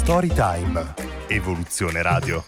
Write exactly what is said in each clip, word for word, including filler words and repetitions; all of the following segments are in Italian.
Storytime. Evoluzione Radio.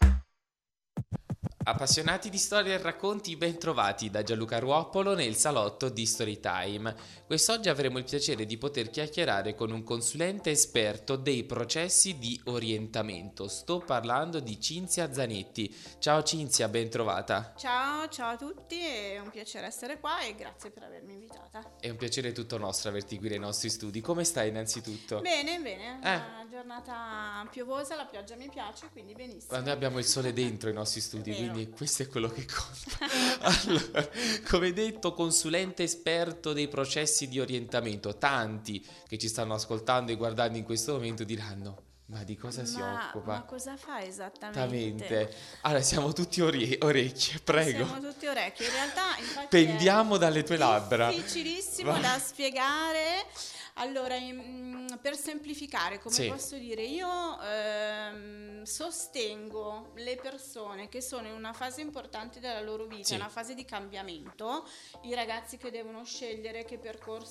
Appassionati di storie e racconti, ben trovati da Gianluca Ruoppolo nel salotto di Storytime. Quest'oggi avremo il piacere di poter chiacchierare con un consulente esperto dei processi di orientamento. Sto parlando di Cinzia Zanetti. Ciao Cinzia, ben trovata. Ciao, ciao a tutti, è un piacere essere qua e grazie per avermi invitata. È un piacere tutto nostro averti qui nei nostri studi. Come stai innanzitutto? Bene, bene, Eh. una giornata piovosa, la pioggia mi piace, quindi benissimo. Noi abbiamo il sole dentro i nostri studi, Vero. quindi questo è quello che conta. Allora, come detto, consulente esperto dei processi di orientamento. Tanti che ci stanno ascoltando e guardando in questo momento diranno: ma di cosa si ma, occupa? Ma cosa fa esattamente? Esattamente. Allora, siamo tutti ori- orecchie, prego. Siamo tutti orecchi, in realtà infatti Pendiamo è dalle tue labbra. difficilissimo Vai. da spiegare. Allora, in- per semplificare, come Sì. posso dire, io ehm, sostengo le persone che sono in una fase importante della loro vita, Sì. una fase di cambiamento, i ragazzi che devono scegliere che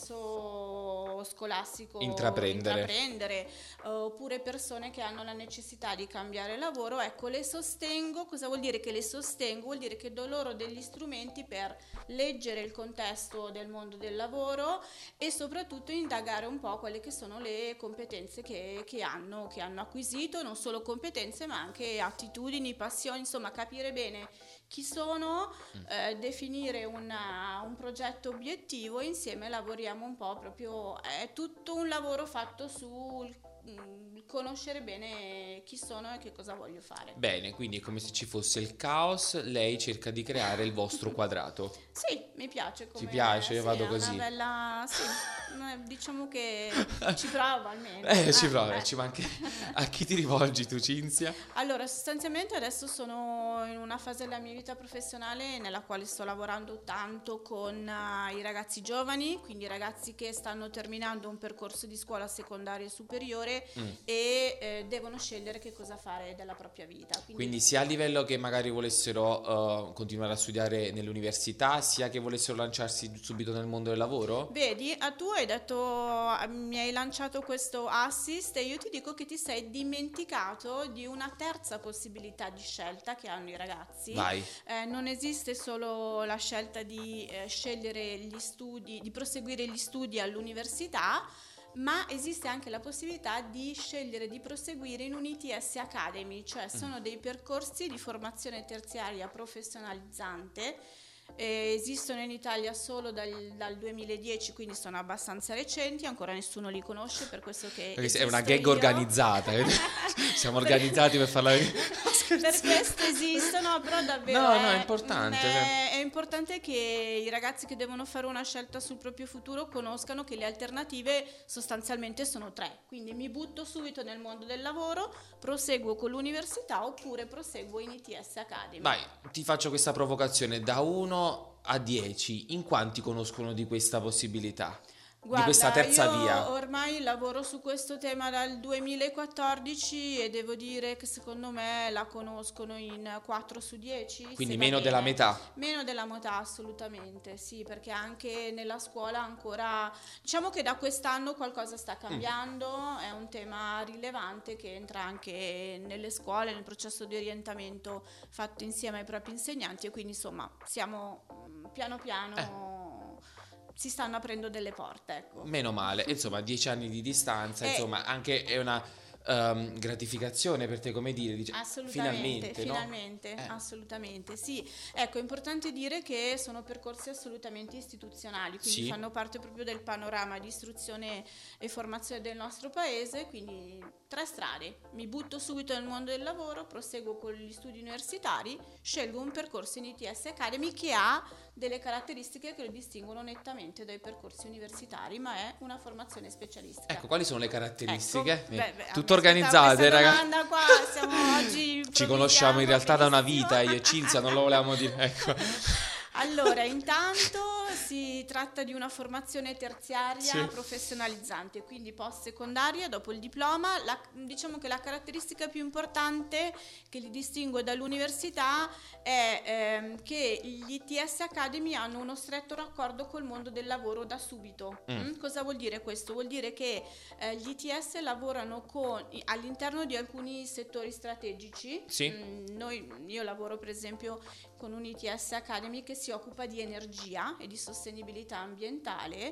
percorso scolastico Intraprendere. intraprendere, eh, oppure persone che hanno la necessità di cambiare lavoro. Ecco, le sostengo. Cosa vuol dire che le sostengo? Vuol dire che do loro degli strumenti per leggere il contesto del mondo del lavoro e soprattutto indagare un po' quelle che sono le competenze che, che hanno, che hanno acquisito, non solo competenze ma anche attitudini, passioni, insomma capire bene chi sono, eh, definire una- un progetto obiettivo e insieme lavoriamo un po' proprio, è tutto un lavoro fatto sul mm, conoscere bene chi sono e che cosa voglio fare. Bene, quindi è come se ci fosse il caos, lei cerca di creare il vostro quadrato. Sì, mi piace. Come, Ti piace? Io sì, vado è così. Una bella, sì, eh, diciamo che ci provo almeno. Eh, ci Ah, prova, eh. ci manca. A chi ti rivolgi tu, Cinzia? Allora, sostanzialmente adesso sono in una fase della mia vita professionale nella quale sto lavorando tanto con eh, i ragazzi giovani, quindi ragazzi che stanno terminando un percorso di scuola secondaria e superiore Mm. e eh, devono scegliere che cosa fare della propria vita. Quindi, Quindi sia a livello che magari volessero uh, continuare a studiare nell'università, sia che volessero lanciarsi subito nel mondo del lavoro? vedi, ah, tu hai detto, ah, mi hai lanciato questo assist e io ti dico che ti sei dimenticato di una terza possibilità di scelta che hanno i ragazzi. Vai. Eh, non esiste solo la scelta di eh, scegliere gli studi, di proseguire gli studi all'università, ma esiste anche la possibilità di scegliere di proseguire in un I T S Academy, cioè sono dei percorsi di formazione terziaria professionalizzante. Eh, esistono in Italia solo dal, dal duemiladieci, quindi sono abbastanza recenti, ancora nessuno li conosce, per questo che Perché è una esisto gag io. organizzata. Siamo organizzati per farla vedere. Per questo esistono, però davvero No, è, no, è importante. È, è importante che i ragazzi che devono fare una scelta sul proprio futuro conoscano che le alternative sostanzialmente sono tre. Quindi mi butto subito nel mondo del lavoro, proseguo con l'università oppure proseguo in I T S Academy. Vai, ti faccio questa provocazione da uno a dieci. In quanti conoscono di questa possibilità? Guarda, di questa terza io via? ormai lavoro su questo tema dal duemilaquattordici e devo dire che secondo me la conoscono in quattro su dieci. Quindi se va meno della bene. metà. Meno della metà, assolutamente, sì, perché anche nella scuola ancora, diciamo che da quest'anno qualcosa sta cambiando, mm. è un tema rilevante che entra anche nelle scuole, nel processo di orientamento fatto insieme ai propri insegnanti e quindi insomma siamo mm, piano piano... Eh. Si stanno aprendo delle porte, ecco. Meno male, insomma, dieci anni di distanza, Eh. insomma, anche è una ehm, gratificazione per te, come dire, dice, Assolutamente, finalmente, no? finalmente, Eh. assolutamente, sì. Ecco, è importante dire che sono percorsi assolutamente istituzionali, quindi Sì. fanno parte proprio del panorama di istruzione e formazione del nostro paese, quindi tre strade. Mi butto subito nel mondo del lavoro, proseguo con gli studi universitari, scelgo un percorso in I T S Academy che ha delle caratteristiche che lo distinguono nettamente dai percorsi universitari, ma è una formazione specialistica. Ecco, quali sono le caratteristiche? Ecco, beh, beh, Tutto a me organizzate, questa ragazzi. domanda qua, siamo oggi Ci conosciamo in realtà da una benissimo. vita, io e Cinzia, non lo volevamo dire, ecco. Allora, intanto si Si tratta di una formazione terziaria Sì. professionalizzante, quindi post secondaria dopo il diploma. La, diciamo che la caratteristica più importante che li distingue dall'università è ehm, che gli I T S Academy hanno uno stretto raccordo col mondo del lavoro da subito. Mm. Mm? Cosa vuol dire questo? Vuol dire che eh, gli I T S lavorano con, all'interno di alcuni settori strategici. Sì. Mm, noi, io lavoro per esempio con un I T S Academy che si occupa di energia e di sostenibilità ambientale,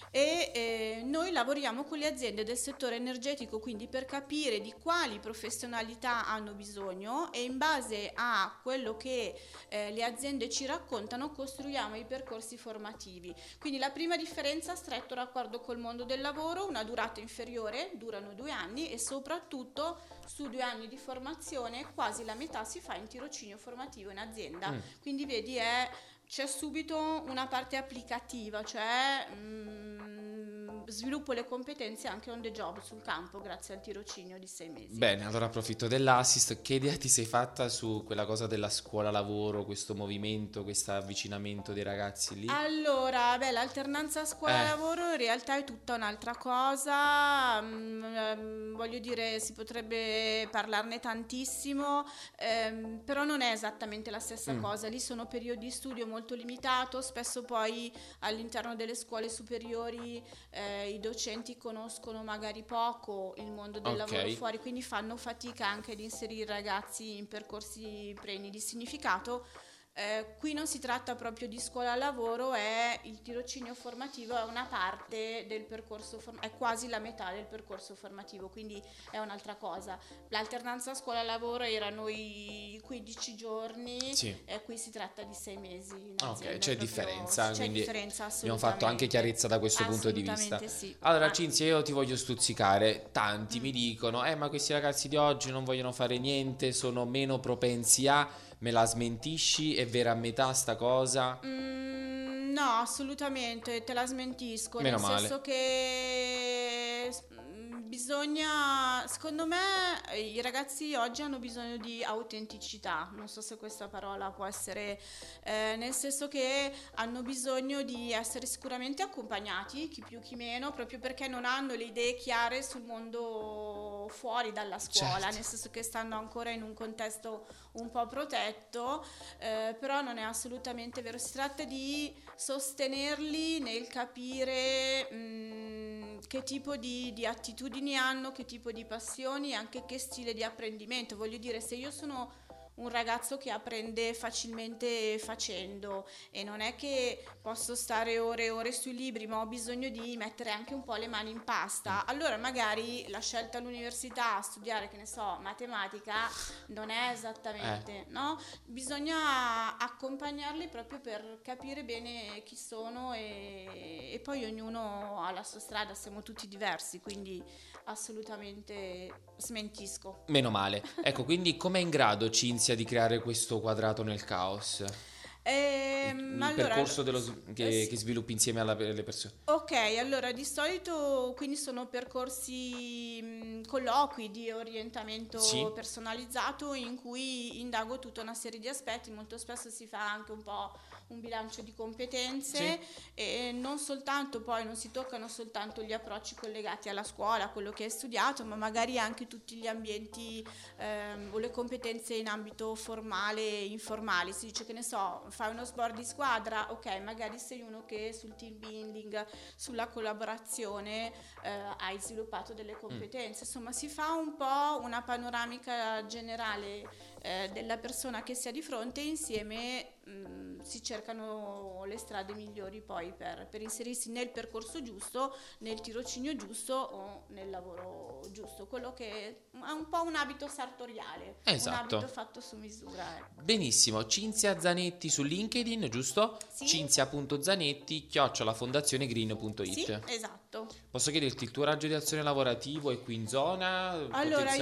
e eh, noi lavoriamo con le aziende del settore energetico, quindi per capire di quali professionalità hanno bisogno, e in base a quello che eh, le aziende ci raccontano costruiamo i percorsi formativi. Quindi la prima differenza: stretto raccordo col mondo del lavoro, una durata inferiore, durano due anni, e soprattutto su due anni di formazione quasi la metà si fa in tirocinio formativo in azienda. Mm. Quindi vedi, è, c'è subito una parte applicativa, cioè mh, sviluppo le competenze anche on the job, sul campo, grazie al tirocinio di sei mesi. Bene, allora approfitto dell'assist. Che idea ti sei fatta su quella cosa della scuola lavoro, questo movimento, questo avvicinamento dei ragazzi lì? Allora, beh, l'alternanza scuola-lavoro Eh. in realtà è tutta un'altra cosa. Mm, ehm, voglio dire, si potrebbe parlarne tantissimo, ehm, però non è esattamente la stessa Mm. cosa. Lì sono periodi di studio molto limitato, spesso poi all'interno delle scuole superiori eh, i docenti conoscono magari poco il mondo del Ok. lavoro fuori, quindi fanno fatica anche ad inserire i ragazzi in percorsi pieni di significato. Eh, qui non si tratta proprio di scuola-lavoro, è il tirocinio formativo, è una parte del percorso, form- è quasi la metà del percorso formativo, quindi è un'altra cosa. L'alternanza scuola-lavoro erano i quindici giorni, Sì. e qui si tratta di sei mesi in Ah, ok, azienda, c'è proprio- differenza, c'è quindi differenza, abbiamo fatto anche assolutamente. chiarezza da questo punto di vista. Assolutamente sì. Allora, Ah. Cinzia, io ti voglio stuzzicare. Tanti Mm. mi dicono: eh, ma questi ragazzi di oggi non vogliono fare niente, sono meno propensi a. Me la smentisci? È vera a metà sta cosa? Mm, no, assolutamente, te la smentisco, Meno nel male. senso che mm, bisogna, secondo me eh, i ragazzi oggi hanno bisogno di autenticità, non so se questa parola può essere, eh, nel senso che hanno bisogno di essere sicuramente accompagnati, chi più chi meno, proprio perché non hanno le idee chiare sul mondo fuori dalla scuola, Certo. nel senso che stanno ancora in un contesto un po' protetto, eh, però non è assolutamente vero. Si tratta di sostenerli nel capire mh, che tipo di, di attitudini hanno, che tipo di passioni, anche che stile di apprendimento. Voglio dire, se io sono un ragazzo che apprende facilmente facendo e non è che posso stare ore e ore sui libri, ma ho bisogno di mettere anche un po' le mani in pasta, allora magari la scelta all'università a studiare, che ne so, matematica non è esattamente, no? Bisogna accompagnarli proprio per capire bene chi sono, e, e poi ognuno ha la sua strada, siamo tutti diversi, quindi assolutamente smentisco. Meno male. Ecco, quindi com'è in grado Cinzia di creare questo quadrato nel caos? Ehm, Il allora, percorso dello s- che, eh, sì. che sviluppi insieme alla- alle persone. Ok, allora di solito quindi sono percorsi mh, colloqui di orientamento Sì. personalizzato in cui indago tutta una serie di aspetti, molto spesso si fa anche un po' un bilancio di competenze, e non soltanto, poi non si toccano soltanto gli approcci collegati alla scuola, quello che hai studiato, ma magari anche tutti gli ambienti ehm, o le competenze in ambito formale e informale. Si dice, che ne so, fai uno sport di squadra, ok, magari sei uno che sul team building, sulla collaborazione eh, hai sviluppato delle competenze, insomma si fa un po' una panoramica generale eh, della persona che si ha di fronte, e insieme mh, si cercano le strade migliori poi per, per inserirsi nel percorso giusto, nel tirocinio giusto o nel lavoro giusto, quello che è un po' un abito sartoriale, Esatto. un abito fatto su misura. Ecco. Benissimo, Cinzia Zanetti su LinkedIn, giusto? Sì. Cinzia.zanetti chiocciola fondazione green punto it. Sì, esatto. Posso chiederti il tuo raggio di azione lavorativo è qui in zona? Allora, Potenzial- io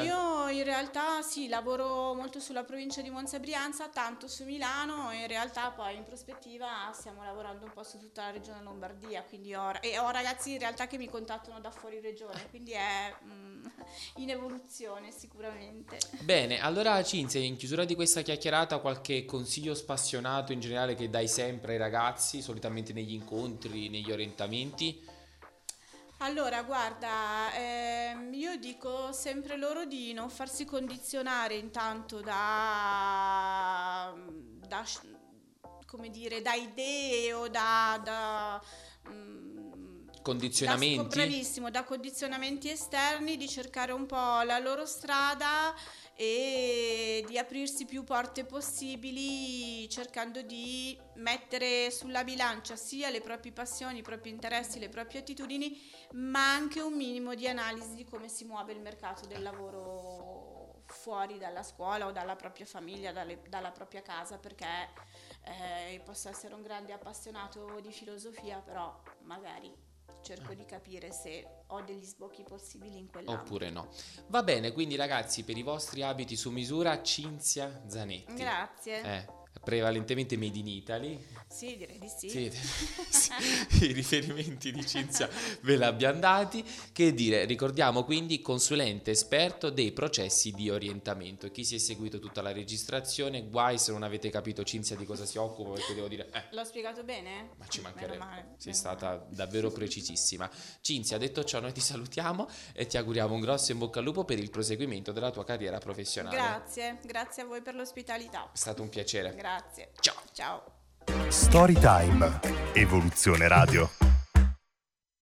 Io in realtà sì, lavoro molto sulla provincia di Monza e Brianza, tanto su Milano, e in realtà poi in prospettiva stiamo lavorando un po' su tutta la regione Lombardia, quindi ho, e ho ragazzi in realtà che mi contattano da fuori regione, quindi è mm, in evoluzione sicuramente. Bene, allora Cinzia, in chiusura di questa chiacchierata, qualche consiglio spassionato in generale che dai sempre ai ragazzi, solitamente negli incontri, negli orientamenti? Allora, guarda, ehm, io dico sempre loro di non farsi condizionare intanto da, da come dire, da idee o da, da mm, condizionamenti. Da, bravissimo, da condizionamenti esterni, di cercare un po' la loro strada e di aprirsi più porte possibili, cercando di mettere sulla bilancia sia le proprie passioni, i propri interessi, le proprie attitudini, ma anche un minimo di analisi di come si muove il mercato del lavoro fuori dalla scuola o dalla propria famiglia, dalle, dalla propria casa, perché eh, posso essere un grande appassionato di filosofia, però magari cerco di capire se ho degli sbocchi possibili in quell'ambito. Oppure no. Va bene, quindi ragazzi, per i vostri abiti su misura, Cinzia Zanetti. Grazie. Eh, prevalentemente made in Italy. Sì, direi di sì. Sì, sì, i riferimenti di Cinzia ve li abbiamo dati. Che dire, ricordiamo quindi consulente esperto dei processi di orientamento. Chi si è seguito tutta la registrazione, guai se non avete capito Cinzia di cosa si occupa, perché devo dire... Eh, L'ho spiegato bene? ma ci mancherebbe, Meno male, sei meno stata male. davvero precisissima. Cinzia, detto ciò, noi ti salutiamo e ti auguriamo un grosso in bocca al lupo per il proseguimento della tua carriera professionale. Grazie, grazie a voi per l'ospitalità. È stato un piacere. Grazie. Ciao. Ciao. Storytime, Evoluzione Radio.